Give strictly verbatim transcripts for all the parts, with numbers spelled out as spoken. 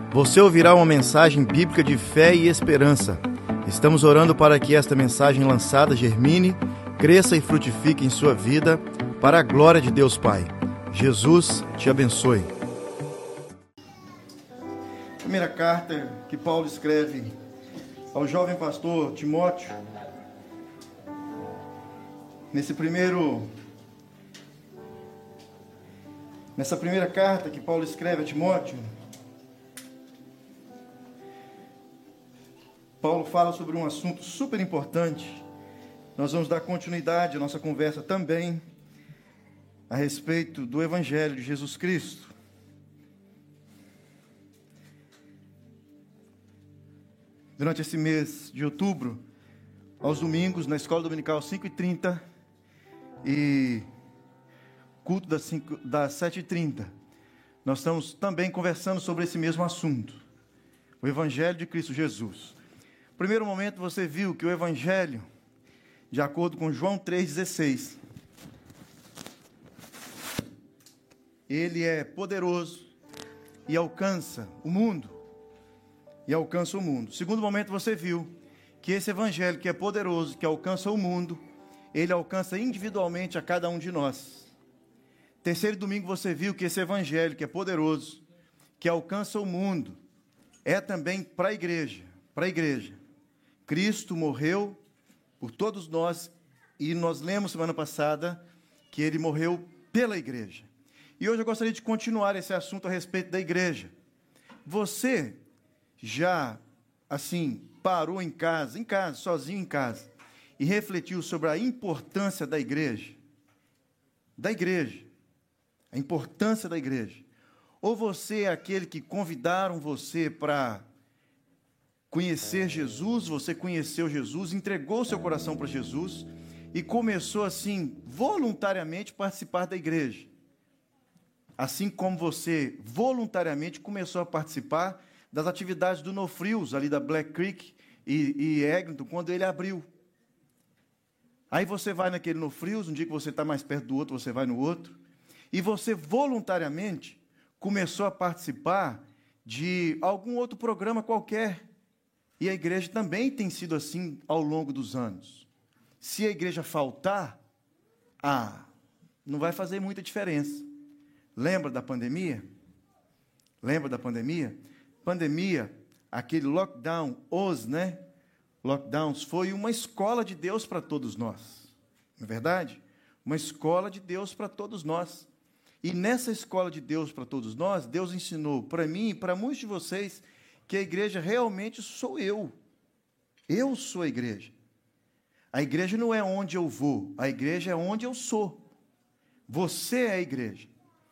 Você ouvirá uma mensagem bíblica de fé e esperança. Estamos orando para que esta mensagem lançada germine, cresça e frutifique em sua vida, para a glória de Deus Pai. Jesus te abençoe. Primeira carta que Paulo escreve ao jovem pastor Timóteo. Nesse primeiro, nessa primeira carta que Paulo escreve a Timóteo, Paulo fala sobre um assunto super importante. Nós vamos dar continuidade à nossa conversa também a respeito do Evangelho de Jesus Cristo. Durante esse mês de outubro, aos domingos, na Escola Dominical cinco e trinta e culto das, cinco, das sete e trinta, nós estamos também conversando sobre esse mesmo assunto, o Evangelho de Cristo Jesus. No primeiro momento você viu que o Evangelho, de acordo com João três dezesseis, ele é poderoso e alcança o mundo. E alcança o mundo. Segundo momento você viu que esse Evangelho que é poderoso, que alcança o mundo, ele alcança individualmente a cada um de nós. Terceiro domingo você viu que esse Evangelho que é poderoso, que alcança o mundo, é também para a igreja. Para a igreja. Cristo morreu por todos nós e nós lemos semana passada que ele morreu pela igreja. E hoje eu gostaria de continuar esse assunto a respeito da igreja. Você já, assim, parou em casa, em casa, sozinho em casa, e refletiu sobre a importância da igreja? Da igreja. A importância da igreja. Ou você é aquele que convidaram você para conhecer Jesus, você conheceu Jesus, entregou seu coração para Jesus e começou, assim, voluntariamente participar da igreja. Assim como você voluntariamente começou a participar das atividades do No Frios, ali da Black Creek e, e Eglinton, quando ele abriu. Aí você vai naquele No Frios, um dia que você está mais perto do outro, você vai no outro, e você voluntariamente começou a participar de algum outro programa qualquer. E a igreja também tem sido assim ao longo dos anos. Se a igreja faltar, ah, não vai fazer muita diferença. Lembra da pandemia? Lembra da pandemia? Pandemia, aquele lockdown, os, né? Lockdowns, foi uma escola de Deus para todos nós. Não é verdade? Uma escola de Deus para todos nós. E nessa escola de Deus para todos nós, Deus ensinou para mim e para muitos de vocês que a igreja realmente sou eu. Eu sou a igreja. A igreja não é onde eu vou, a igreja é onde eu sou. Você é a igreja.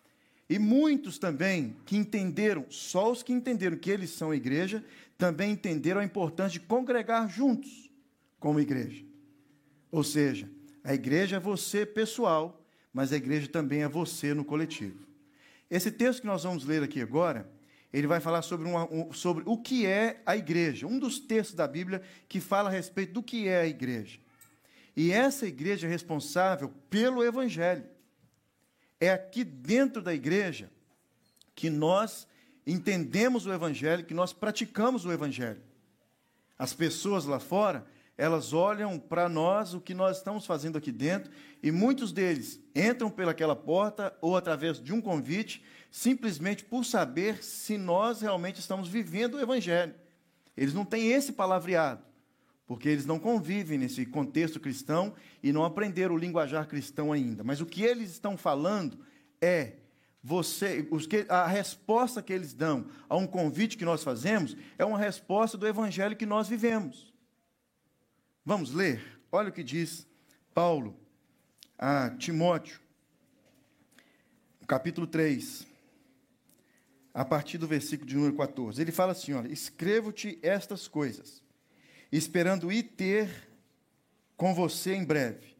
E muitos também que entenderam, só os que entenderam que eles são a igreja, também entenderam a importância de congregar juntos como igreja. Ou seja, a igreja é você pessoal, mas a igreja também é você no coletivo. Esse texto que nós vamos ler aqui agora, ele vai falar sobre, uma, um, sobre o que é a igreja. Um dos textos da Bíblia que fala a respeito do que é a igreja. E essa igreja é responsável pelo Evangelho. É aqui dentro da igreja que nós entendemos o Evangelho, que nós praticamos o Evangelho. As pessoas lá fora, elas olham para nós, o que nós estamos fazendo aqui dentro, e muitos deles entram pelaquela porta ou através de um convite, simplesmente por saber se nós realmente estamos vivendo o Evangelho. Eles não têm esse palavreado, porque eles não convivem nesse contexto cristão e não aprenderam o linguajar cristão ainda. Mas o que eles estão falando é, você, os que, a resposta que eles dão a um convite que nós fazemos é uma resposta do Evangelho que nós vivemos. Vamos ler? Olha o que diz Paulo a Timóteo, capítulo três, a partir do versículo de número quatorze. Ele fala assim, olha, escrevo-te estas coisas, esperando ir ter com você em breve,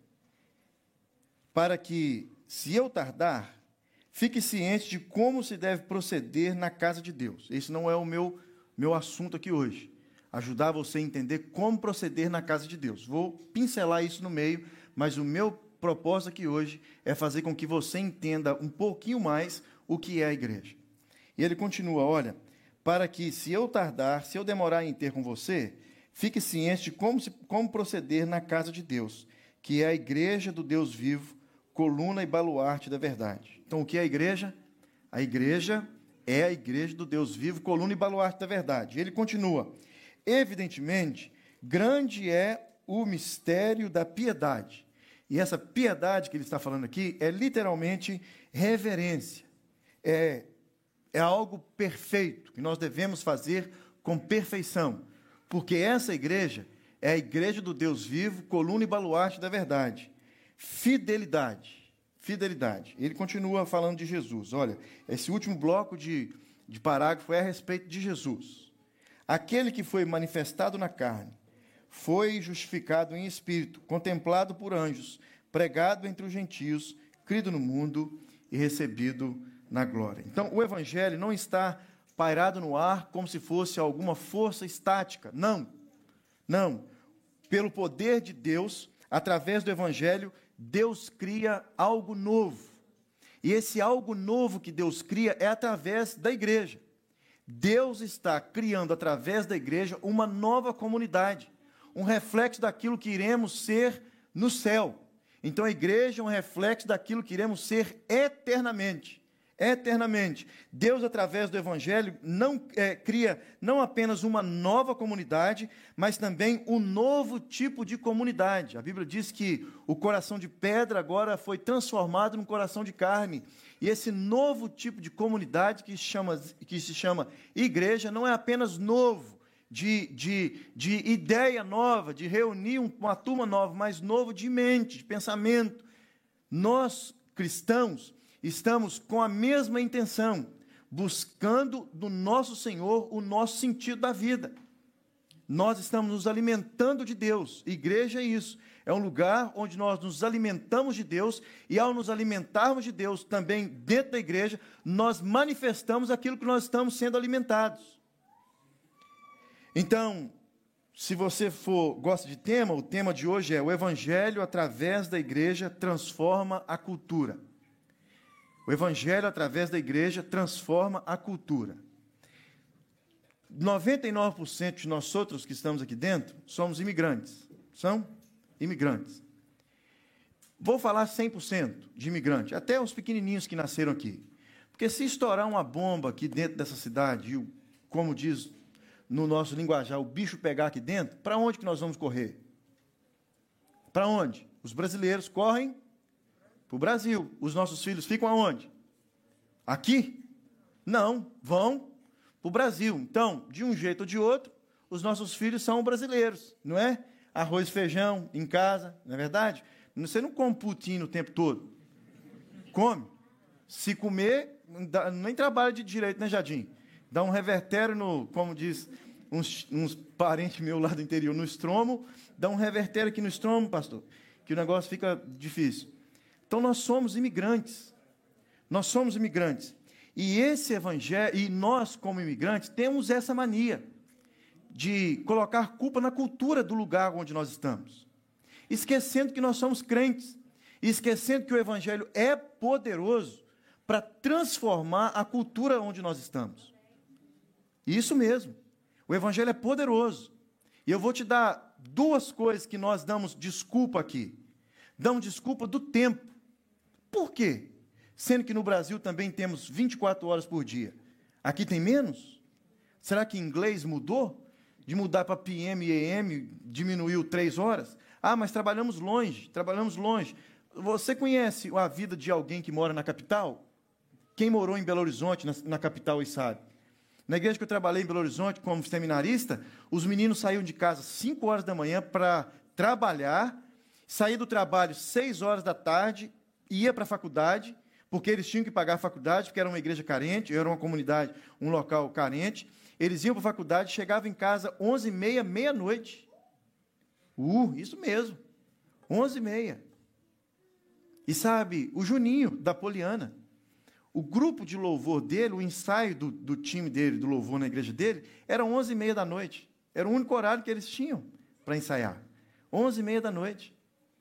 para que, se eu tardar, fique ciente de como se deve proceder na casa de Deus. Esse não é o meu, meu assunto aqui hoje. Ajudar você a entender como proceder na casa de Deus. Vou pincelar isso no meio, mas o meu propósito aqui hoje é fazer com que você entenda um pouquinho mais o que é a igreja. E ele continua, olha, para que, se eu tardar, se eu demorar em ter com você, fique ciente de como, se, como proceder na casa de Deus, que é a igreja do Deus vivo, coluna e baluarte da verdade. Então, o que é a igreja? A igreja é a igreja do Deus vivo, coluna e baluarte da verdade. Ele continua: evidentemente, grande é o mistério da piedade. E essa piedade que ele está falando aqui é literalmente reverência. É, é algo perfeito, que nós devemos fazer com perfeição. Porque essa igreja é a igreja do Deus vivo, coluna e baluarte da verdade. Fidelidade. Fidelidade. Ele continua falando de Jesus. Olha, esse último bloco de, de parágrafo é a respeito de Jesus. Aquele que foi manifestado na carne, foi justificado em espírito, contemplado por anjos, pregado entre os gentios, crido no mundo e recebido na glória. Então, o evangelho não está pairado no ar como se fosse alguma força estática. Não. Não. Pelo poder de Deus, através do evangelho, Deus cria algo novo. E esse algo novo que Deus cria é através da igreja. Deus está criando através da igreja uma nova comunidade, um reflexo daquilo que iremos ser no céu. Então a igreja é um reflexo daquilo que iremos ser eternamente. Eternamente. Deus, através do evangelho, não é, cria não apenas uma nova comunidade, mas também um novo tipo de comunidade. A Bíblia diz que o coração de pedra agora foi transformado num coração de carne. E esse novo tipo de comunidade que se chama, que se chama igreja não é apenas novo, de, de, de ideia nova, de reunir uma turma nova, mas novo de mente, de pensamento. Nós, cristãos, estamos com a mesma intenção, buscando do nosso Senhor o nosso sentido da vida. Nós estamos nos alimentando de Deus. Igreja é isso. É um lugar onde nós nos alimentamos de Deus e, ao nos alimentarmos de Deus, também dentro da igreja, nós manifestamos aquilo que nós estamos sendo alimentados. Então, se você for gosta de tema, o tema de hoje é: o Evangelho, através da igreja, transforma a cultura. O Evangelho, através da igreja, transforma a cultura. noventa e nove por cento de nós outros que estamos aqui dentro somos imigrantes. São imigrantes. Vou falar cem por cento de imigrantes, até os pequenininhos que nasceram aqui. Porque se estourar uma bomba aqui dentro dessa cidade, e, como diz no nosso linguajar, o bicho pegar aqui dentro, para onde que nós vamos correr? Para onde? Os brasileiros correm para o Brasil. Os nossos filhos ficam aonde? Aqui? Não, vão para o Brasil. Então, de um jeito ou de outro, os nossos filhos são brasileiros, não é? Arroz e feijão em casa, não é verdade? Você não come putinho o tempo todo. Come. Se comer, nem trabalha de direito, né, Jardim? Dá um revertério no, como diz uns, uns parentes meus lá do interior, no estromo, dá um revertério aqui no estromo, pastor, que o negócio fica difícil. Então, nós somos imigrantes. Nós somos imigrantes. E esse evangelho, e nós, como imigrantes, temos essa mania de colocar culpa na cultura do lugar onde nós estamos, esquecendo que nós somos crentes, esquecendo que o evangelho é poderoso para transformar a cultura onde nós estamos. Isso mesmo. O evangelho é poderoso. E eu vou te dar duas coisas que nós damos desculpa aqui. Damos desculpa do tempo. Por quê? Sendo que no Brasil também temos vinte e quatro horas por dia. Aqui tem menos? Será que inglês mudou? De mudar para P M e A M, diminuiu três horas? Ah, mas trabalhamos longe, trabalhamos longe. Você conhece a vida de alguém que mora na capital? Quem morou em Belo Horizonte, na, na capital, e sabe. Na igreja que eu trabalhei em Belo Horizonte como seminarista, os meninos saíam de casa às cinco horas da manhã para trabalhar, saía do trabalho seis horas da tarde, ia para a faculdade, porque eles tinham que pagar a faculdade, porque era uma igreja carente, era uma comunidade, um local carente. Eles iam para a faculdade, chegavam em casa onze e meia, meia-noite. Uh, isso mesmo, onze e meia. E sabe, o Juninho, da Poliana, o grupo de louvor dele, o ensaio do, do time dele, do louvor na igreja dele, era onze e meia da noite. Era o único horário que eles tinham para ensaiar. onze e meia da noite.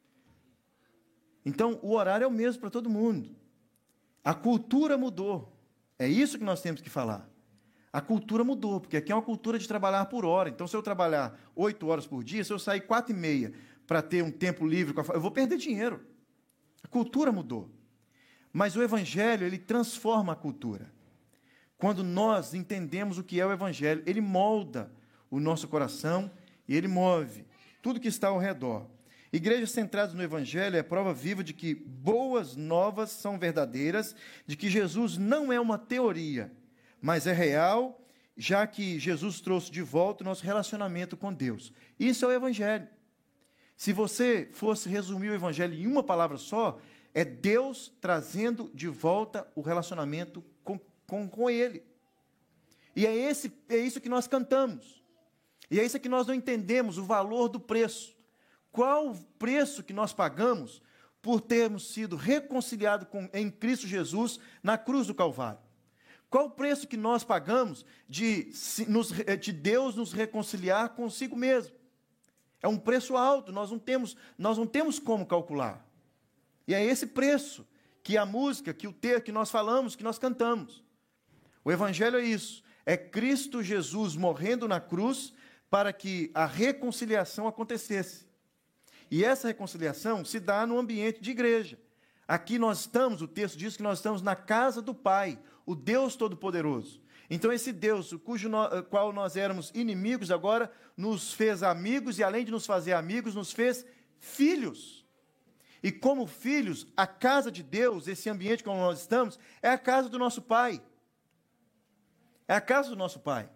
Então, o horário é o mesmo para todo mundo. A cultura mudou. É isso que nós temos que falar. A cultura mudou, porque aqui é uma cultura de trabalhar por hora. Então, se eu trabalhar oito horas por dia, se eu sair quatro e meia para ter um tempo livre, com a... eu vou perder dinheiro. A cultura mudou. Mas o Evangelho, ele transforma a cultura. Quando nós entendemos o que é o Evangelho, ele molda o nosso coração e ele move tudo que está ao redor. Igrejas centradas no Evangelho é a prova viva de que boas novas são verdadeiras, de que Jesus não é uma teoria, mas é real, já que Jesus trouxe de volta o nosso relacionamento com Deus. Isso é o Evangelho. Se você fosse resumir o Evangelho em uma palavra só, é Deus trazendo de volta o relacionamento com, com, com Ele. E é, esse, é isso que nós cantamos. E é isso que nós não entendemos, o valor do preço. Qual o preço que nós pagamos por termos sido reconciliados com, em Cristo Jesus na cruz do Calvário? Qual o preço que nós pagamos de, nos, de Deus nos reconciliar consigo mesmo? É um preço alto, nós não temos, nós não temos como calcular. E é esse preço que a música, que o texto que nós falamos, que nós cantamos. O Evangelho é isso, é Cristo Jesus morrendo na cruz para que a reconciliação acontecesse. E essa reconciliação se dá no ambiente de igreja. Aqui nós estamos, o texto diz que nós estamos na casa do Pai, o Deus Todo-Poderoso. Então esse Deus, cujo no, qual nós éramos inimigos, agora nos fez amigos e além de nos fazer amigos, nos fez filhos. E como filhos, a casa de Deus, esse ambiente como nós estamos, é a casa do nosso Pai. É a casa do nosso Pai.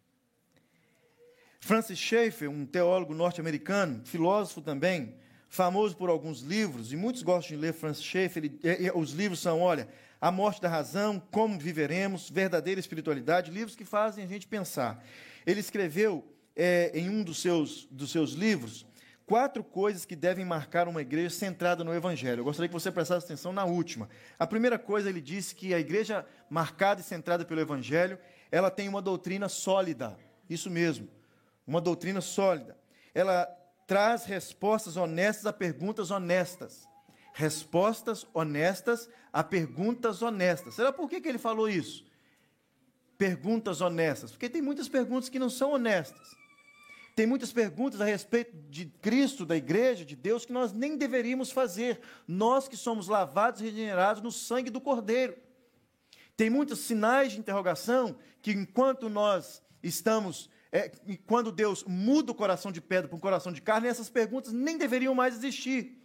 Francis Schaeffer, um teólogo norte-americano, filósofo também, famoso por alguns livros, e muitos gostam de ler Francis Schaeffer, ele, os livros são, olha, A Morte da Razão, Como Viveremos, Verdadeira Espiritualidade, livros que fazem a gente pensar. Ele escreveu, é, em um dos seus, dos seus livros, quatro coisas que devem marcar uma igreja centrada no Evangelho. Eu gostaria que você prestasse atenção na última. A primeira coisa, ele disse que a igreja marcada e centrada pelo Evangelho, ela tem uma doutrina sólida. Isso mesmo, uma doutrina sólida. Ela traz respostas honestas a perguntas honestas. Respostas honestas a perguntas honestas. Será por que que ele falou isso? Perguntas honestas. Porque tem muitas perguntas que não são honestas. Tem muitas perguntas a respeito de Cristo, da igreja, de Deus, que nós nem deveríamos fazer. Nós que somos lavados e regenerados no sangue do Cordeiro. Tem muitos sinais de interrogação que, enquanto nós estamos, é, quando Deus muda o coração de pedra para um coração de carne, essas perguntas nem deveriam mais existir.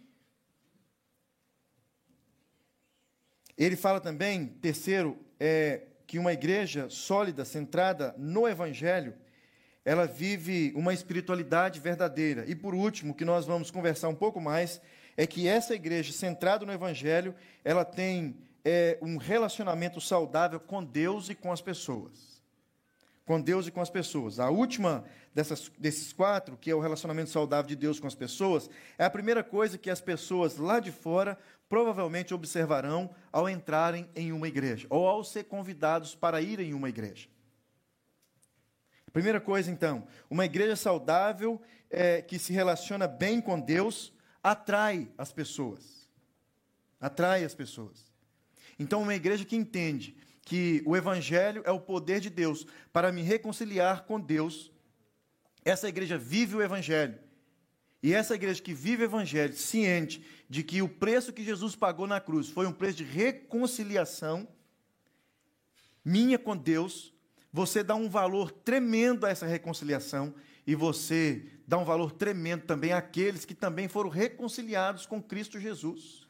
Ele fala também, terceiro, é, que uma igreja sólida, centrada no Evangelho, ela vive uma espiritualidade verdadeira. E, por último, o que nós vamos conversar um pouco mais, é que essa igreja, centrada no Evangelho, ela tem é, um relacionamento saudável com Deus e com as pessoas. Com Deus e com as pessoas. A última dessas, desses quatro, que é o relacionamento saudável de Deus com as pessoas, é a primeira coisa que as pessoas lá de fora provavelmente observarão ao entrarem em uma igreja, ou ao ser convidados para ir em uma igreja. Primeira coisa, então, uma igreja saudável, é, que se relaciona bem com Deus, atrai as pessoas. Atrai as pessoas. Então, uma igreja que entende que o Evangelho é o poder de Deus para me reconciliar com Deus, essa igreja vive o Evangelho. E essa igreja que vive o Evangelho, ciente de que o preço que Jesus pagou na cruz foi um preço de reconciliação minha com Deus, você dá um valor tremendo a essa reconciliação e você dá um valor tremendo também àqueles que também foram reconciliados com Cristo Jesus.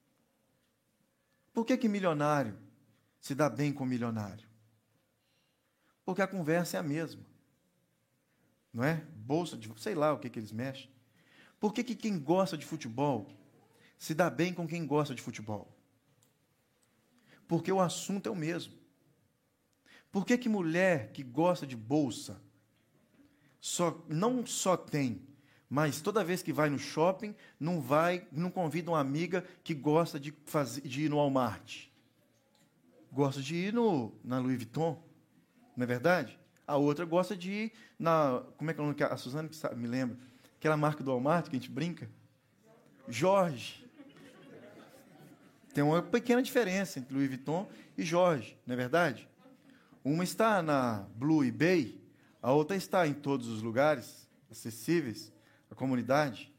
Por que que milionário se dá bem com milionário? Porque a conversa é a mesma. Não é? Bolsa de... sei lá o que que eles mexem. Por que que quem gosta de futebol se dá bem com quem gosta de futebol? Porque o assunto é o mesmo. Por que que mulher que gosta de bolsa só, não só tem, mas toda vez que vai no shopping, não vai, não convida uma amiga que gosta de, fazer, de ir no Walmart? Gosta de ir no, na Louis Vuitton, não é verdade? A outra gosta de ir na... Como é que é o nome? A Suzana que sabe, me lembra. Aquela marca do Walmart que a gente brinca. Jorge. Tem uma pequena diferença entre Louis Vuitton e Jorge, não é verdade? Uma está na Blue e Bay, a outra está em todos os lugares acessíveis à comunidade.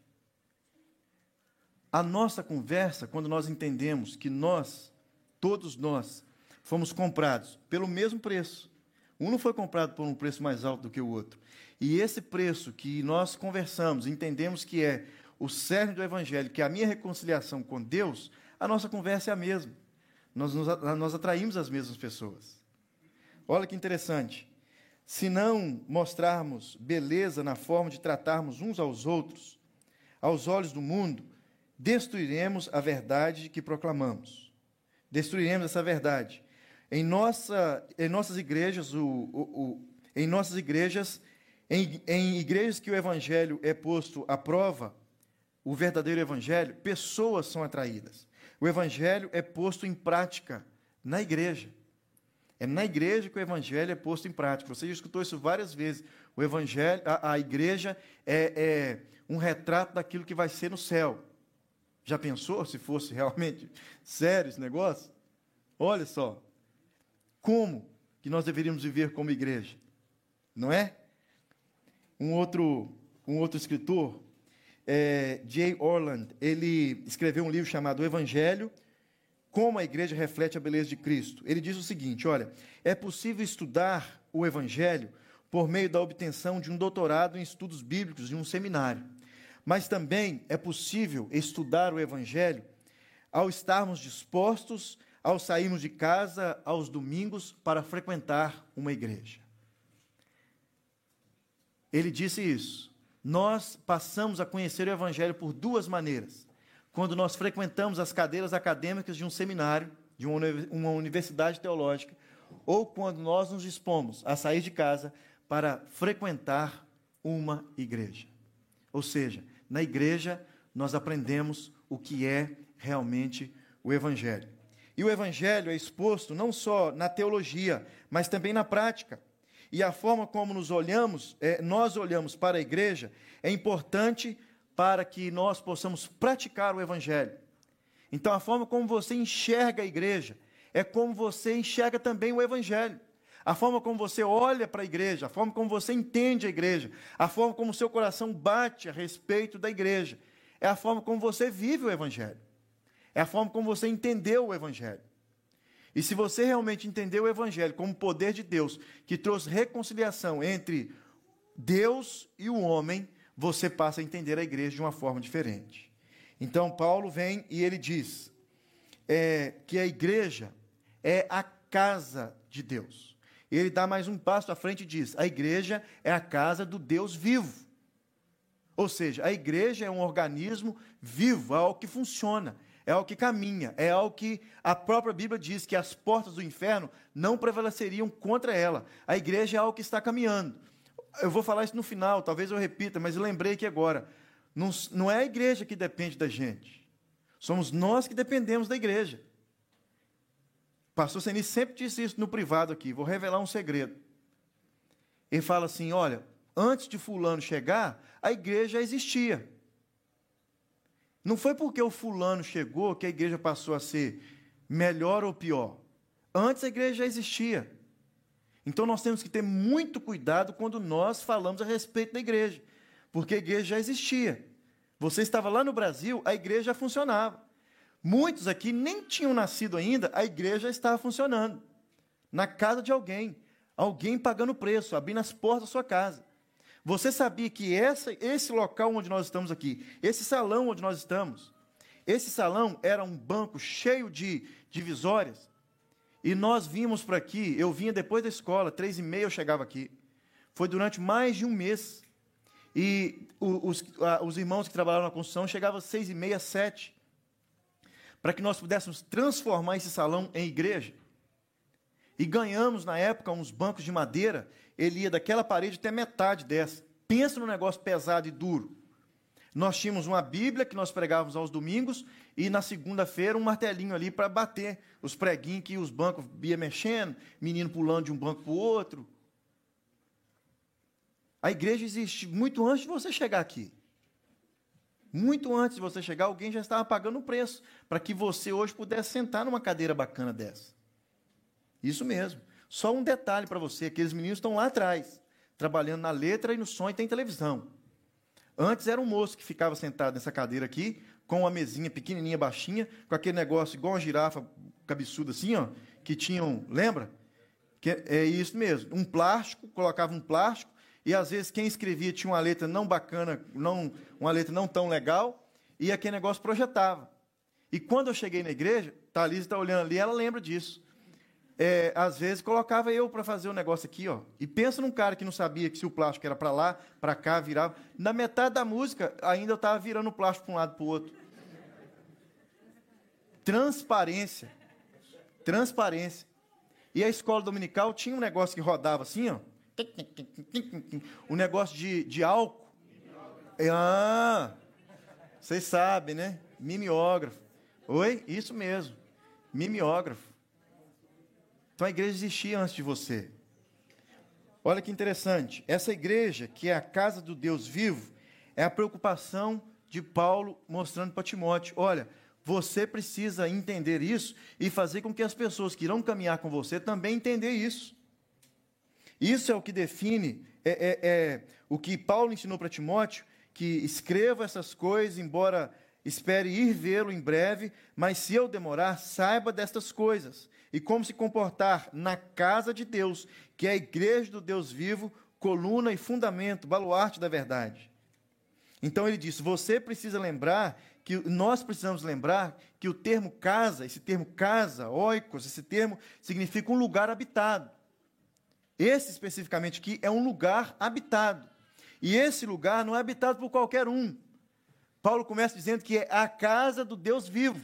A nossa conversa, quando nós entendemos que nós, todos nós, fomos comprados pelo mesmo preço. Um não foi comprado por um preço mais alto do que o outro. E esse preço que nós conversamos, entendemos que é o cerne do Evangelho, que é a minha reconciliação com Deus, a nossa conversa é a mesma. Nós, nos, nós atraímos as mesmas pessoas. Olha que interessante. Se não mostrarmos beleza na forma de tratarmos uns aos outros, aos olhos do mundo, destruiremos a verdade que proclamamos. Destruiremos essa verdade. Em, nossa, em nossas igrejas, o, o, o, em nossas igrejas, em, em igrejas que o Evangelho é posto à prova, o verdadeiro Evangelho, pessoas são atraídas. O Evangelho é posto em prática na igreja. É na igreja que o Evangelho é posto em prática. Você já escutou isso várias vezes. O Evangelho, a, a igreja é, é um retrato daquilo que vai ser no céu. Já pensou se fosse realmente sério esse negócio? Olha só. Como que nós deveríamos viver como igreja? Não é? Um outro, um outro escritor, é, Jay Orland, ele escreveu um livro chamado O Evangelho, Como a Igreja Reflete a Beleza de Cristo. Ele diz o seguinte, olha, é possível estudar o Evangelho por meio da obtenção de um doutorado em estudos bíblicos em um seminário. Mas também é possível estudar o Evangelho ao estarmos dispostos, ao sairmos de casa aos domingos para frequentar uma igreja. Ele disse isso. Nós passamos a conhecer o Evangelho por duas maneiras. Quando nós frequentamos as cadeiras acadêmicas de um seminário, de uma universidade teológica, ou quando nós nos dispomos a sair de casa para frequentar uma igreja. Ou seja, na igreja nós aprendemos o que é realmente o Evangelho. E o Evangelho é exposto não só na teologia, mas também na prática. E a forma como nos olhamos, é, nós olhamos para a igreja, é importante para que nós possamos praticar o Evangelho. Então, a forma como você enxerga a igreja, é como você enxerga também o Evangelho. A forma como você olha para a igreja, a forma como você entende a igreja, a forma como o seu coração bate a respeito da igreja, é a forma como você vive o Evangelho. É a forma como você entendeu o Evangelho. E se você realmente entendeu o Evangelho como poder de Deus, que trouxe reconciliação entre Deus e o homem, você passa a entender a igreja de uma forma diferente. Então, Paulo vem e ele diz é, que a igreja é a casa de Deus. Ele dá mais um passo à frente e diz, a igreja é a casa do Deus vivo. Ou seja, a igreja é um organismo vivo, é algo que funciona, é algo que caminha, é algo que a própria Bíblia diz que as portas do inferno não prevaleceriam contra ela. A igreja é algo que está caminhando. Eu vou falar isso no final, talvez eu repita, mas eu lembrei aqui agora. Não, não é a igreja que depende da gente. Somos nós que dependemos da igreja. O pastor Seni sempre disse isso no privado aqui. Vou revelar um segredo. Ele fala assim, olha, antes de fulano chegar, a igreja já existia. Não foi porque o fulano chegou que a igreja passou a ser melhor ou pior. Antes a igreja já existia. Então nós temos que ter muito cuidado quando nós falamos a respeito da igreja, porque a igreja já existia. Você estava lá no Brasil, a igreja já funcionava. Muitos aqui nem tinham nascido ainda, a igreja já estava funcionando. Na casa de alguém, alguém pagando preço, abrindo as portas da sua casa. Você sabia que essa, esse local onde nós estamos aqui, esse salão onde nós estamos, esse salão era um banco cheio de divisórias, e nós vimos para aqui, eu vinha depois da escola, três e meia eu chegava aqui, foi durante mais de um mês, e os, os irmãos que trabalhavam na construção chegavam às seis e meia, sete, para que nós pudéssemos transformar esse salão em igreja. E ganhamos, na época, uns bancos de madeira, ele ia daquela parede até metade dessa. Pensa num negócio pesado e duro. Nós tínhamos uma Bíblia que nós pregávamos aos domingos, e na segunda-feira um martelinho ali para bater os preguinhos que os bancos iam mexendo, menino pulando de um banco para o outro. A igreja existe muito antes de você chegar aqui. Muito antes de você chegar, alguém já estava pagando o preço para que você hoje pudesse sentar numa cadeira bacana dessa. Isso mesmo. Só um detalhe para você, aqueles meninos estão lá atrás, trabalhando na letra e no som e tem televisão. Antes era um moço que ficava sentado nessa cadeira aqui, com uma mesinha pequenininha, baixinha, com aquele negócio igual uma girafa cabeçuda assim, ó, que tinham, lembra? Que é, é isso mesmo, um plástico, colocava um plástico, e às vezes quem escrevia tinha uma letra não bacana, não, uma letra não tão legal, e aquele negócio projetava. E quando eu cheguei na igreja, Thalisa está olhando ali, ela lembra disso. É, às vezes colocava eu para fazer o um negócio aqui, ó. E pensa num cara que não sabia que se o plástico era para lá, para cá, virava. Na metade da música, ainda eu estava virando o plástico para um lado para o outro. Transparência. Transparência. E a escola dominical tinha um negócio que rodava assim, ó. Um negócio de, de álcool. Ah, vocês sabem, né? Mimeógrafo. Oi? Isso mesmo. Mimeógrafo. Então a igreja existia antes de você. Olha que interessante. Essa igreja, que é a casa do Deus vivo, é a preocupação de Paulo mostrando para Timóteo. Olha, você precisa entender isso e fazer com que as pessoas que irão caminhar com você também entendam isso. Isso é o que define, é, é, é o que Paulo ensinou para Timóteo, que escreva essas coisas, embora espere ir vê-lo em breve, mas se eu demorar, saiba destas coisas, e como se comportar na casa de Deus, que é a igreja do Deus vivo, coluna e fundamento, baluarte da verdade. Então ele disse, você precisa lembrar, que nós precisamos lembrar, que o termo casa, esse termo casa, oikos, esse termo significa um lugar habitado. Esse especificamente aqui é um lugar habitado. E esse lugar não é habitado por qualquer um. Paulo começa dizendo que é a casa do Deus vivo.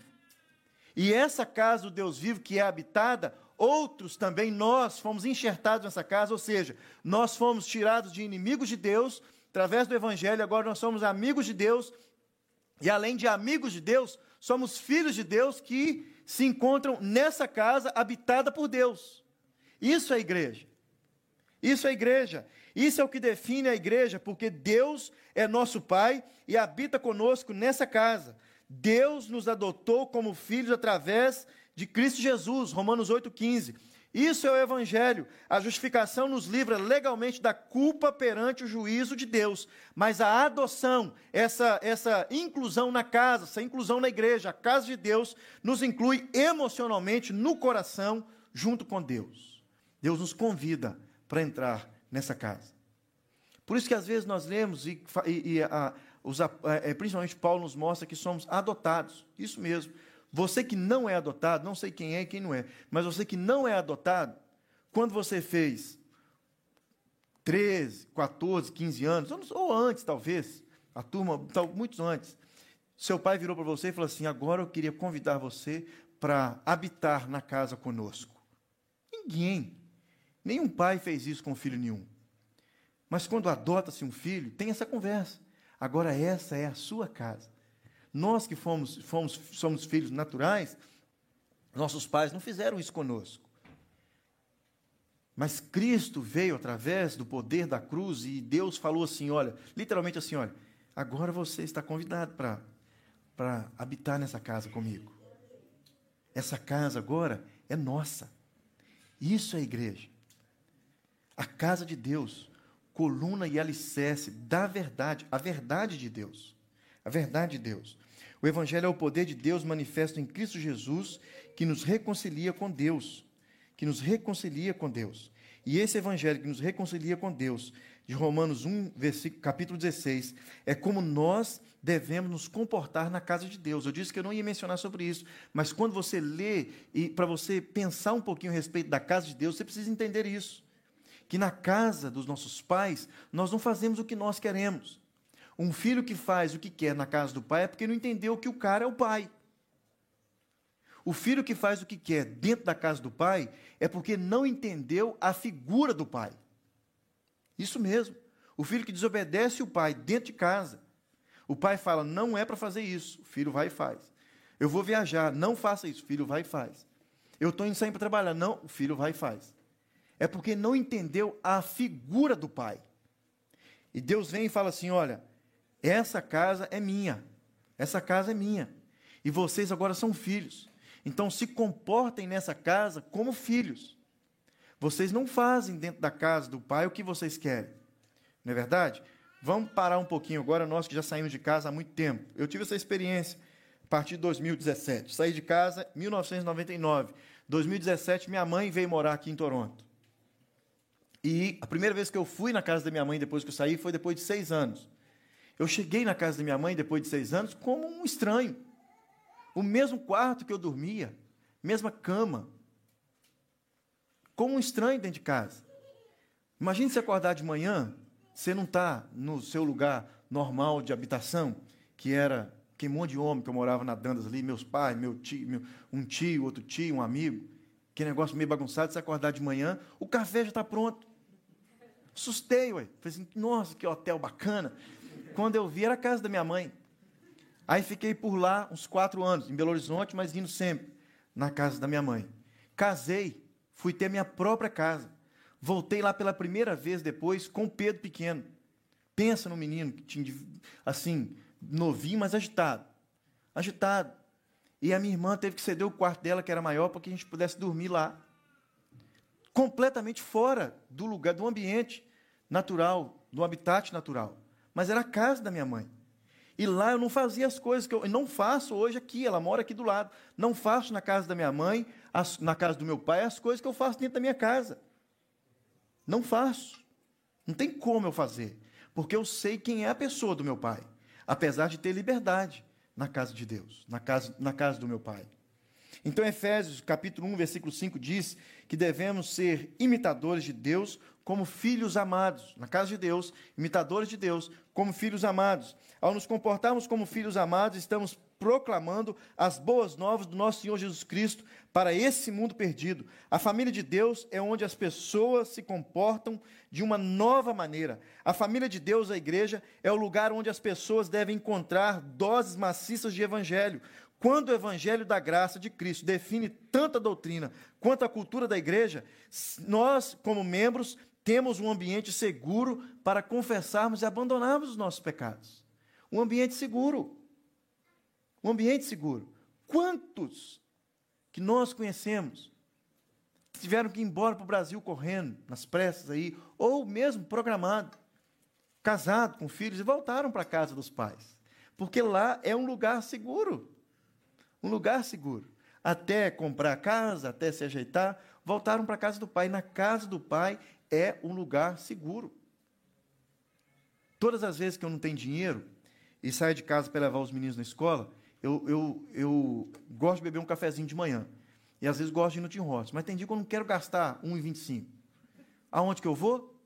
E essa casa do Deus vivo que é habitada, outros também, nós fomos enxertados nessa casa, ou seja, nós fomos tirados de inimigos de Deus, através do Evangelho, agora nós somos amigos de Deus, e além de amigos de Deus, somos filhos de Deus que se encontram nessa casa habitada por Deus. Isso é a igreja. Isso é a igreja. Isso é o que define a igreja, porque Deus é nosso Pai e habita conosco nessa casa. Deus nos adotou como filhos através de Cristo Jesus, Romanos oito, quinze. Isso é o Evangelho. A justificação nos livra legalmente da culpa perante o juízo de Deus. Mas a adoção, essa, essa inclusão na casa, essa inclusão na igreja, a casa de Deus, nos inclui emocionalmente no coração, junto com Deus. Deus nos convida para entrar nessa casa. Por isso que às vezes nós lemos, e, e, e a, os, é, principalmente Paulo nos mostra que somos adotados. Isso mesmo. Você que não é adotado, não sei quem é e quem não é, mas você que não é adotado, quando você fez treze, quatorze, quinze anos, ou antes talvez, a turma, muitos antes, seu pai virou para você e falou assim, agora eu queria convidar você para habitar na casa conosco. Ninguém, nenhum pai fez isso com filho nenhum. Mas quando adota-se um filho, tem essa conversa. Agora essa é a sua casa. Nós que fomos, fomos, somos filhos naturais, nossos pais não fizeram isso conosco. Mas Cristo veio através do poder da cruz e Deus falou assim, olha, literalmente assim, olha, agora você está convidado para para habitar nessa casa comigo. Essa casa agora é nossa. Isso é a igreja. A casa de Deus, coluna e alicerce da verdade, a verdade de Deus. A verdade de Deus. O Evangelho é o poder de Deus manifesto em Cristo Jesus, que nos reconcilia com Deus. Que nos reconcilia com Deus. E esse Evangelho que nos reconcilia com Deus, de Romanos um, versículo, capítulo dezesseis, é como nós devemos nos comportar na casa de Deus. Eu disse que eu não ia mencionar sobre isso, mas quando você lê, e para você pensar um pouquinho a respeito da casa de Deus, você precisa entender isso. Que na casa dos nossos pais, nós não fazemos o que nós queremos. Um filho que faz o que quer na casa do pai é porque não entendeu que o cara é o pai. O filho que faz o que quer dentro da casa do pai é porque não entendeu a figura do pai. Isso mesmo. O filho que desobedece o pai dentro de casa. O pai fala, não é para fazer isso. O filho vai e faz. Eu vou viajar, não faça isso. O filho vai e faz. Eu estou indo sair para trabalhar. Não, o filho vai e faz. É porque não entendeu a figura do pai. E Deus vem e fala assim, olha, essa casa é minha. Essa casa é minha. E vocês agora são filhos. Então se comportem nessa casa como filhos. Vocês não fazem dentro da casa do Pai o que vocês querem. Não é verdade? Vamos parar um pouquinho agora, nós que já saímos de casa há muito tempo. Eu tive essa experiência a partir de dois mil e dezessete. Saí de casa em mil novecentos e noventa e nove. Em dois mil e dezessete, minha mãe veio morar aqui em Toronto. E a primeira vez que eu fui na casa da minha mãe, depois que eu saí, foi depois de seis anos. Eu cheguei na casa da minha mãe, depois de seis anos, como um estranho. O mesmo quarto que eu dormia, mesma cama. Como um estranho dentro de casa. Imagine se acordar de manhã, você não está no seu lugar normal de habitação, que era aquele monte de homem que eu morava na Dandas ali, meus pais, meu tio, meu, um tio, outro tio, um amigo. Que negócio meio bagunçado, você acordar de manhã, o café já está pronto. Assustei, ué. Falei assim, nossa, que hotel bacana. Quando eu vi, era a casa da minha mãe. Aí fiquei por lá uns quatro anos, em Belo Horizonte, mas indo sempre na casa da minha mãe. Casei, fui ter minha própria casa. Voltei lá pela primeira vez depois com o Pedro pequeno. Pensa no menino que tinha, assim, novinho, mas agitado. Agitado. E a minha irmã teve que ceder o quarto dela, que era maior, para que a gente pudesse dormir lá. Completamente fora do lugar, do ambiente natural, do habitat natural. Mas era a casa da minha mãe. E lá eu não fazia as coisas que eu, eu não faço hoje aqui, ela mora aqui do lado. Não faço na casa da minha mãe, as, na casa do meu pai, as coisas que eu faço dentro da minha casa. Não faço. Não tem como eu fazer. Porque eu sei quem é a pessoa do meu pai. Apesar de ter liberdade na casa de Deus, na casa, na casa do meu pai. Então, Efésios, capítulo um, versículo cinco, diz que devemos ser imitadores de Deus como filhos amados. Na casa de Deus, imitadores de Deus como filhos amados. Ao nos comportarmos como filhos amados, estamos proclamando as boas novas do nosso Senhor Jesus Cristo para esse mundo perdido. A família de Deus é onde as pessoas se comportam de uma nova maneira. A família de Deus, a igreja, é o lugar onde as pessoas devem encontrar doses maciças de evangelho. Quando o evangelho da graça de Cristo define tanta doutrina quanto a cultura da igreja, nós, como membros, temos um ambiente seguro para confessarmos e abandonarmos os nossos pecados. Um ambiente seguro. Um ambiente seguro. Quantos que nós conhecemos tiveram que ir embora para o Brasil correndo, nas pressas aí, ou mesmo programado, casado com filhos, e voltaram para a casa dos pais. Porque lá é um lugar seguro. Um lugar seguro. Até comprar casa, até se ajeitar, voltaram para a casa do pai. Na casa do pai é um lugar seguro. Todas as vezes que eu não tenho dinheiro e saio de casa para levar os meninos na escola, eu, eu, eu gosto de beber um cafezinho de manhã. E às vezes gosto de ir no Tim Hortons. Mas tem dia que eu não quero gastar um real e vinte e cinco. Aonde que eu vou?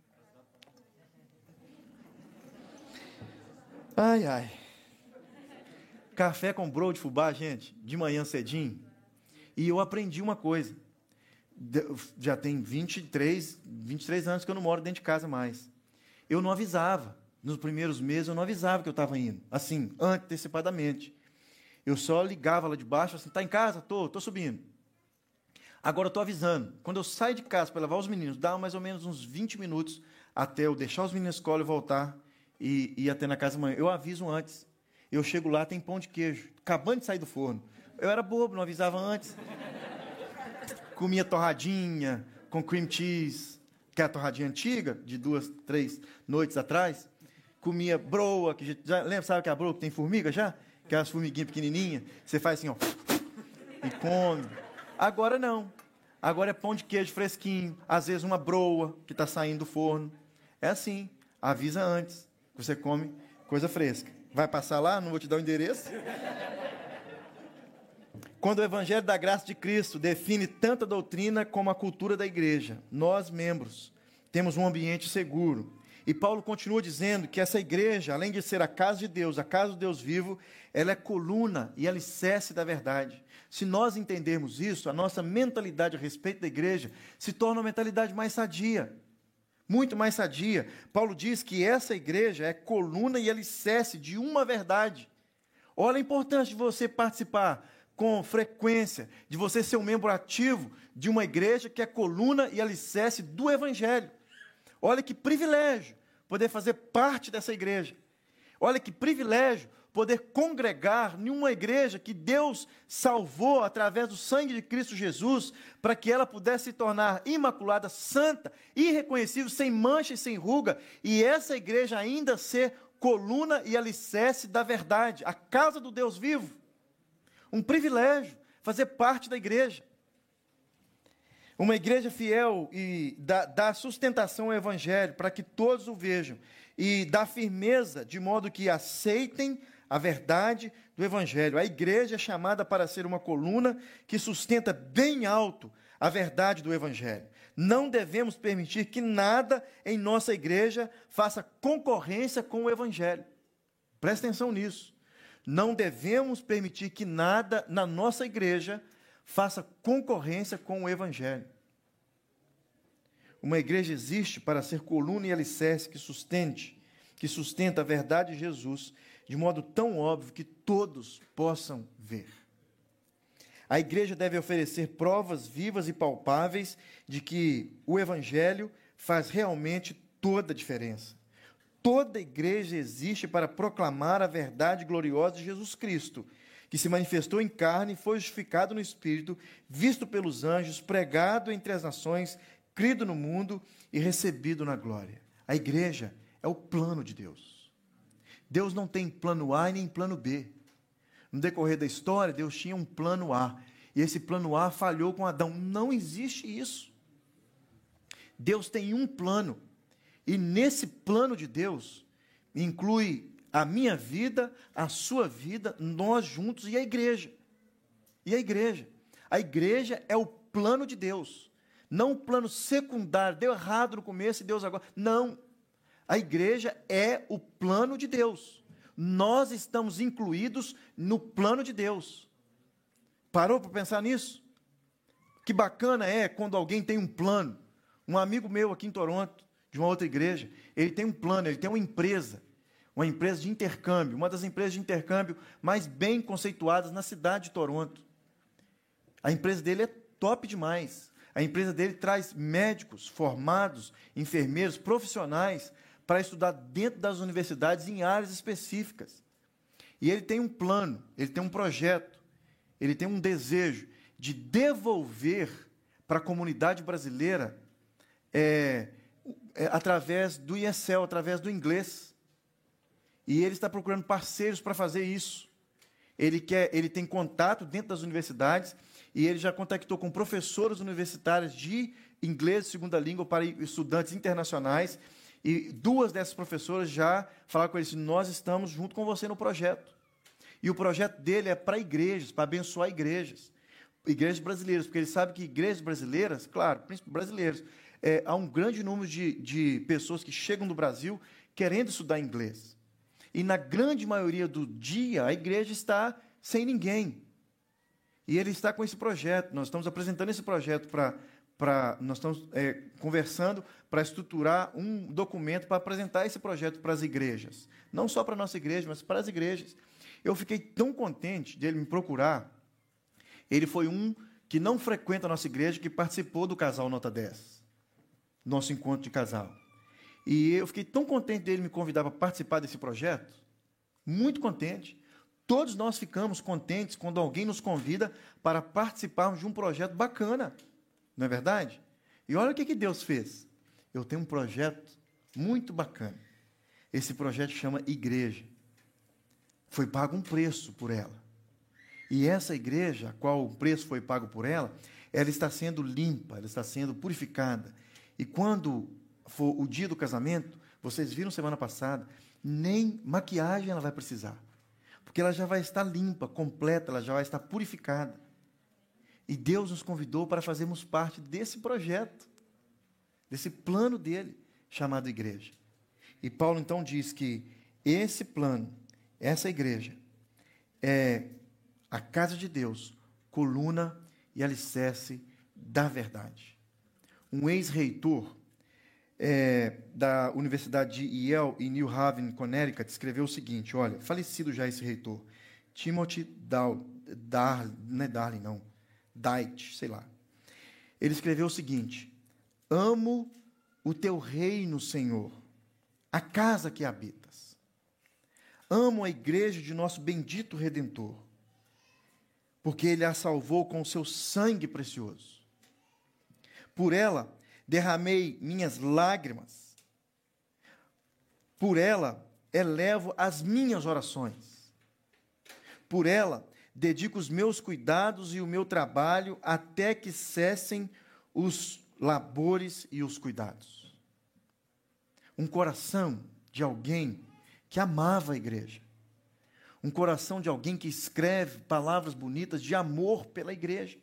Ai, ai. Café com broa de fubá, gente, de manhã cedinho. E eu aprendi uma coisa. Já tem vinte e três, vinte e três anos que eu não moro dentro de casa mais. Eu não avisava. Nos primeiros meses, eu não avisava que eu estava indo. Assim, antecipadamente. Eu só ligava lá de baixo, assim, está em casa? Estou, estou subindo. Agora eu estou avisando. Quando eu saio de casa para levar os meninos, dá mais ou menos uns vinte minutos até eu deixar os meninos na escola e voltar e ir até na casa da manhã. Eu aviso antes. Eu chego lá, tem pão de queijo, acabando de sair do forno. Eu era bobo, não avisava antes. Comia torradinha com cream cheese, que é a torradinha antiga, de duas, três noites atrás. Comia broa, que já, lembra, sabe que é a broa que tem formiga já? Aquelas formiguinhas pequenininhas. Você faz assim, ó, e come. Agora não. Agora é pão de queijo fresquinho, às vezes uma broa que está saindo do forno. É assim, avisa antes, que você come coisa fresca. Vai passar lá? Não vou te dar o endereço. Quando o Evangelho da Graça de Cristo define tanta doutrina como a cultura da igreja, nós, membros, temos um ambiente seguro. E Paulo continua dizendo que essa igreja, além de ser a casa de Deus, a casa do Deus vivo, ela é coluna e alicerce da verdade. Se nós entendermos isso, a nossa mentalidade a respeito da igreja se torna uma mentalidade mais sadia. Muito mais sadia. Paulo diz que essa igreja é coluna e alicerce de uma verdade. Olha a importância de você participar com frequência, de você ser um membro ativo de uma igreja que é coluna e alicerce do Evangelho. Olha que privilégio poder fazer parte dessa igreja. Olha que privilégio poder congregar em uma igreja que Deus salvou através do sangue de Cristo Jesus, para que ela pudesse se tornar imaculada, santa, irreconhecível, sem mancha e sem ruga, e essa igreja ainda ser coluna e alicerce da verdade, a casa do Deus vivo. Um privilégio fazer parte da igreja. Uma igreja fiel e dá, dá sustentação ao evangelho para que todos o vejam, e dá firmeza de modo que aceitem a verdade do evangelho. A igreja é chamada para ser uma coluna que sustenta bem alto a verdade do evangelho. Não devemos permitir que nada em nossa igreja faça concorrência com o evangelho. Presta atenção nisso. Não devemos permitir que nada na nossa igreja faça concorrência com o evangelho. Uma igreja existe para ser coluna e alicerce que sustente, que sustenta a verdade de Jesus de modo tão óbvio que todos possam ver. A igreja deve oferecer provas vivas e palpáveis de que o evangelho faz realmente toda a diferença. Toda igreja existe para proclamar a verdade gloriosa de Jesus Cristo, que se manifestou em carne, foi justificado no Espírito, visto pelos anjos, pregado entre as nações, crido no mundo e recebido na glória. A igreja é o plano de Deus. Deus não tem plano A e nem plano B. No decorrer da história, Deus tinha um plano A, e esse plano A falhou com Adão. Não existe isso. Deus tem um plano, e nesse plano de Deus, inclui a minha vida, a sua vida, nós juntos e a igreja. E a igreja. A igreja é o plano de Deus, não um plano secundário. Deu errado no começo e Deus agora. Não. A igreja é o plano de Deus. Nós estamos incluídos no plano de Deus. Parou para pensar nisso? Que bacana é quando alguém tem um plano. Um amigo meu aqui em Toronto, de uma outra igreja, ele tem um plano, ele tem uma empresa, uma empresa de intercâmbio, uma das empresas de intercâmbio mais bem conceituadas na cidade de Toronto. A empresa dele é top demais. A empresa dele traz médicos formados, enfermeiros, profissionais, para estudar dentro das universidades em áreas específicas. E ele tem um plano, ele tem um projeto, ele tem um desejo de devolver para a comunidade brasileira é, é, através do I E S E L, através do inglês. E ele está procurando parceiros para fazer isso. Ele, quer, ele tem contato dentro das universidades e ele já contactou com professores universitários de inglês de segunda língua para estudantes internacionais. E duas dessas professoras já falaram com ele assim: nós estamos junto com você no projeto. E o projeto dele é para igrejas, para abençoar igrejas. Igrejas brasileiras, porque ele sabe que igrejas brasileiras, claro, principalmente brasileiras, é, há um grande número de, de pessoas que chegam do Brasil querendo estudar inglês. E na grande maioria do dia, a igreja está sem ninguém. E ele está com esse projeto. Nós estamos apresentando esse projeto para... Pra, nós estamos é, conversando para estruturar um documento para apresentar esse projeto para as igrejas. Não só para a nossa igreja, mas para as igrejas. Eu fiquei tão contente de ele me procurar. Ele foi um que não frequenta a nossa igreja, que participou do Casal Nota dez, nosso encontro de casal. E eu fiquei tão contente dele me convidar para participar desse projeto, muito contente. Todos nós ficamos contentes quando alguém nos convida para participarmos de um projeto bacana. Não é verdade? E olha o que, que Deus fez. Eu tenho um projeto muito bacana. Esse projeto chama Igreja. Foi pago um preço por ela. E essa igreja, a qual o preço foi pago por ela, ela está sendo limpa, ela está sendo purificada. E quando for o dia do casamento, vocês viram semana passada, nem maquiagem ela vai precisar. Porque ela já vai estar limpa, completa, ela já vai estar purificada. E Deus nos convidou para fazermos parte desse projeto, desse plano dele, chamado igreja. E Paulo, então, diz que esse plano, essa igreja, é a casa de Deus, coluna e alicerce da verdade. Um ex-reitor é, da Universidade de Yale, em New Haven, Connecticut, escreveu o seguinte, olha, falecido já esse reitor, Timothy Dow, Dar, não é Darling, não, Dight, sei lá. Ele escreveu o seguinte: amo o teu reino, Senhor, a casa que habitas. Amo a igreja de nosso bendito Redentor, porque ele a salvou com o seu sangue precioso. Por ela derramei minhas lágrimas, por ela elevo as minhas orações, por ela dedico os meus cuidados e o meu trabalho até que cessem os labores e os cuidados. Um coração de alguém que amava a igreja. Um coração de alguém que escreve palavras bonitas de amor pela igreja.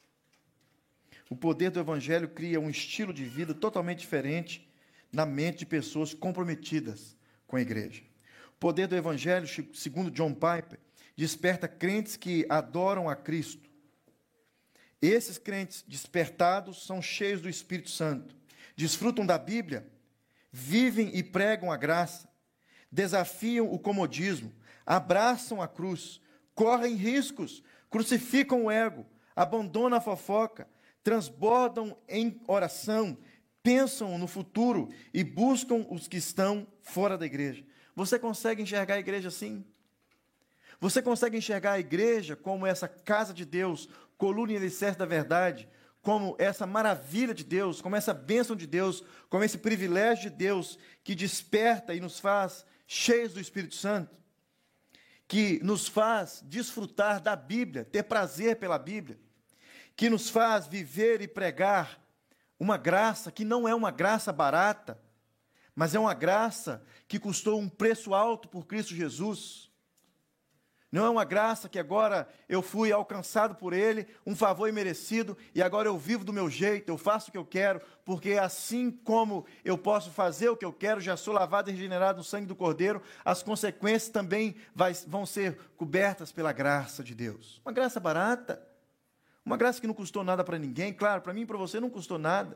O poder do evangelho cria um estilo de vida totalmente diferente na mente de pessoas comprometidas com a igreja. O poder do evangelho, segundo John Piper, desperta crentes que adoram a Cristo. Esses crentes despertados são cheios do Espírito Santo, desfrutam da Bíblia, vivem e pregam a graça, desafiam o comodismo, abraçam a cruz, correm riscos, crucificam o ego, abandonam a fofoca, transbordam em oração, pensam no futuro e buscam os que estão fora da igreja. Você consegue enxergar a igreja assim? Você consegue enxergar a igreja como essa casa de Deus, coluna e alicerce da verdade, como essa maravilha de Deus, como essa bênção de Deus, como esse privilégio de Deus que desperta e nos faz cheios do Espírito Santo, que nos faz desfrutar da Bíblia, ter prazer pela Bíblia, que nos faz viver e pregar uma graça que não é uma graça barata, mas é uma graça que custou um preço alto por Cristo Jesus. Não é uma graça que agora eu fui alcançado por Ele, um favor imerecido, e agora eu vivo do meu jeito, eu faço o que eu quero, porque assim como eu posso fazer o que eu quero, já sou lavado e regenerado no sangue do Cordeiro, as consequências também vai, vão ser cobertas pela graça de Deus. Uma graça barata, uma graça que não custou nada para ninguém, claro, para mim e para você não custou nada.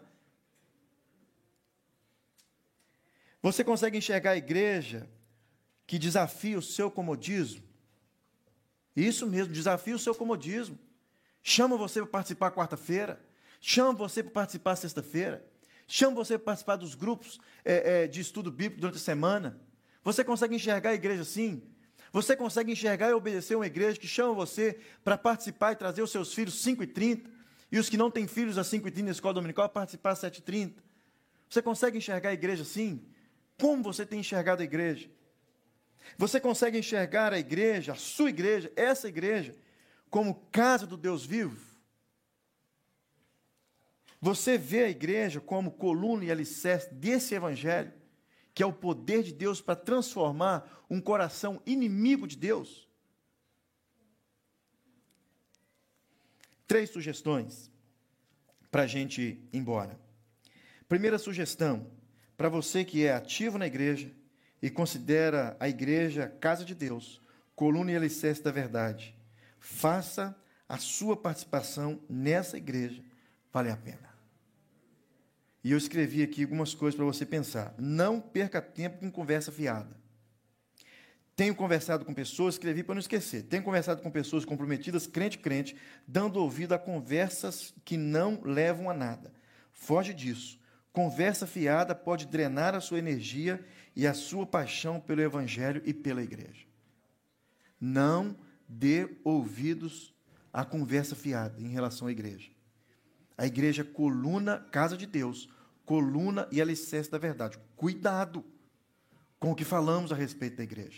Você consegue enxergar a igreja que desafia o seu comodismo? Isso mesmo, desafia o seu comodismo. Chama você para participar quarta-feira, chama você para participar sexta-feira, chama você para participar dos grupos é, é, de estudo bíblico durante a semana. Você consegue enxergar a igreja assim? Você consegue enxergar e obedecer uma igreja que chama você para participar e trazer os seus filhos às cinco e trinta, e os que não têm filhos às cinco e trinta na escola dominical, participar às sete e trinta? Você consegue enxergar a igreja assim? Como você tem enxergado a igreja? Você consegue enxergar a igreja, a sua igreja, essa igreja, como casa do Deus vivo? Você vê a igreja como coluna e alicerce desse evangelho, que é o poder de Deus para transformar um coração inimigo de Deus? Três sugestões para a gente ir embora. Primeira sugestão, para você que é ativo na igreja, e considera a igreja casa de Deus, coluna e alicerce da verdade, faça a sua participação nessa igreja valer a pena. E eu escrevi aqui algumas coisas para você pensar. Não perca tempo com conversa fiada. Tenho conversado com pessoas, escrevi para não esquecer, tenho conversado com pessoas comprometidas, crente, crente, dando ouvido a conversas que não levam a nada. Foge disso. Conversa fiada pode drenar a sua energia e a sua paixão pelo evangelho e pela igreja. Não dê ouvidos à conversa fiada em relação à igreja. A igreja é coluna, casa de Deus, coluna e alicerce da verdade. Cuidado com o que falamos a respeito da igreja.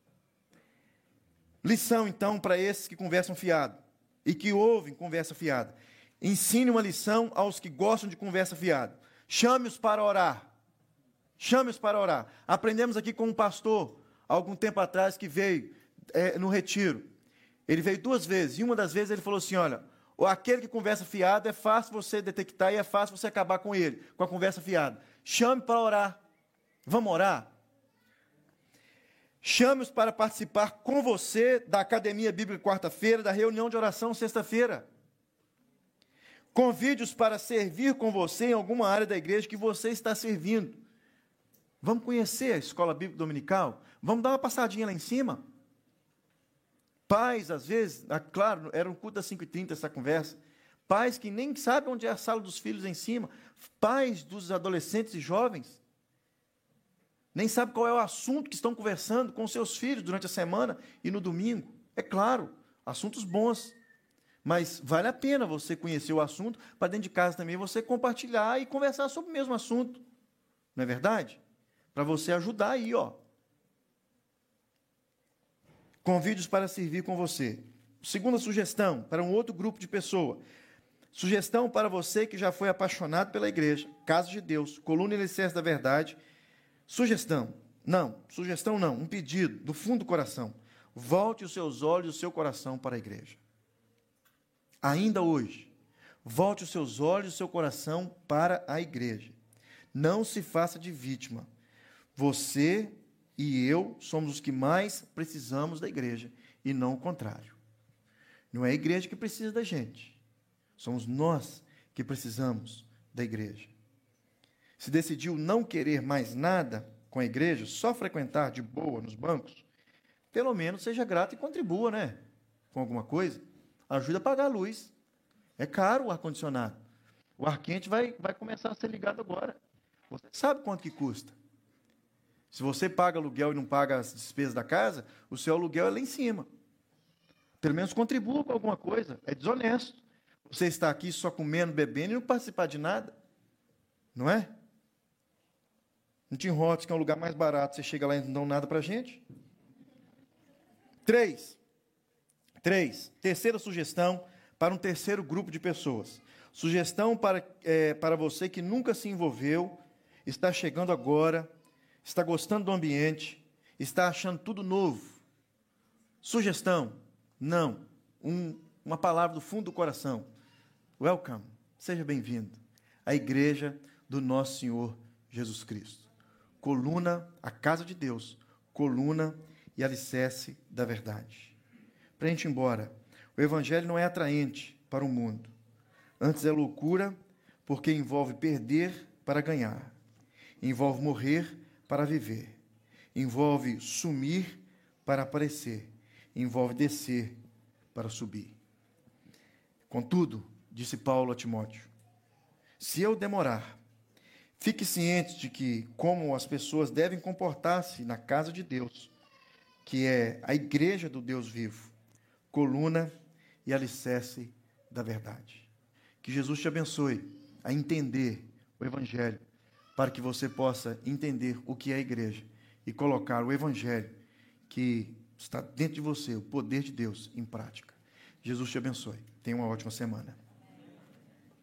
Lição, então, para esses que conversam fiado e que ouvem conversa fiada. Ensine uma lição aos que gostam de conversa fiada. Chame-os para orar. Chame-os para orar. Aprendemos aqui com um pastor, há algum tempo atrás, que veio é, no retiro. Ele veio duas vezes, e uma das vezes ele falou assim, olha, aquele que conversa fiado é fácil você detectar e é fácil você acabar com ele, com a conversa fiada. Chame para orar. Vamos orar? Chame-os para participar com você da Academia Bíblica quarta-feira, da reunião de oração sexta-feira. Convide-os para servir com você em alguma área da igreja que você está servindo. Vamos conhecer a escola bíblica dominical? Vamos dar uma passadinha lá em cima? Pais, às vezes, claro, era um culto das cinco e trinta essa conversa, pais que nem sabem onde é a sala dos filhos em cima, pais dos adolescentes e jovens. Nem sabe qual é o assunto que estão conversando com seus filhos durante a semana e no domingo. É claro, assuntos bons. Mas vale a pena você conhecer o assunto, para dentro de casa também você compartilhar e conversar sobre o mesmo assunto. Não é verdade? Para você ajudar aí, ó. Convide-os para servir com você. Segunda sugestão, para um outro grupo de pessoas. Sugestão para você que já foi apaixonado pela igreja, Casa de Deus, coluna e alicerce da verdade. Sugestão, não, sugestão não, um pedido do fundo do coração. Volte os seus olhos e o seu coração para a igreja. Ainda hoje, volte os seus olhos e o seu coração para a igreja. Não se faça de vítima. Você e eu somos os que mais precisamos da igreja e não o contrário. Não é a igreja que precisa da gente. Somos nós que precisamos da igreja. Se decidiu não querer mais nada com a igreja, só frequentar de boa nos bancos, pelo menos seja grato e contribua, né? Com alguma coisa. Ajuda a pagar a luz. É caro o ar-condicionado. O ar quente vai, vai começar a ser ligado agora. Você sabe quanto que custa. Se você paga aluguel e não paga as despesas da casa, o seu aluguel é lá em cima. Pelo menos contribua com alguma coisa. É desonesto. Você está aqui só comendo, bebendo e não participar de nada. Não é? No Tim Hortons, que é um lugar mais barato, você chega lá e não dão nada para a gente. Três. Três. Terceira sugestão para um terceiro grupo de pessoas. Sugestão para, é, para você que nunca se envolveu, está chegando agora, está gostando do ambiente, está achando tudo novo. Sugestão, não, um, uma palavra do fundo do coração. Welcome, seja bem-vindo à igreja do nosso Senhor Jesus Cristo. Coluna, a casa de Deus, coluna e alicerce da verdade. Para a gente ir embora, o evangelho não é atraente para o mundo. Antes é loucura, porque envolve perder para ganhar. Envolve morrer para viver. Envolve sumir para aparecer. Envolve descer para subir. Contudo, disse Paulo a Timóteo, se eu demorar, fique ciente de que, como as pessoas devem comportar-se na casa de Deus, que é a igreja do Deus vivo, coluna e alicerce da verdade. Que Jesus te abençoe a entender o evangelho, para que você possa entender o que é a igreja e colocar o evangelho que está dentro de você, o poder de Deus, em prática. Jesus te abençoe. Tenha uma ótima semana.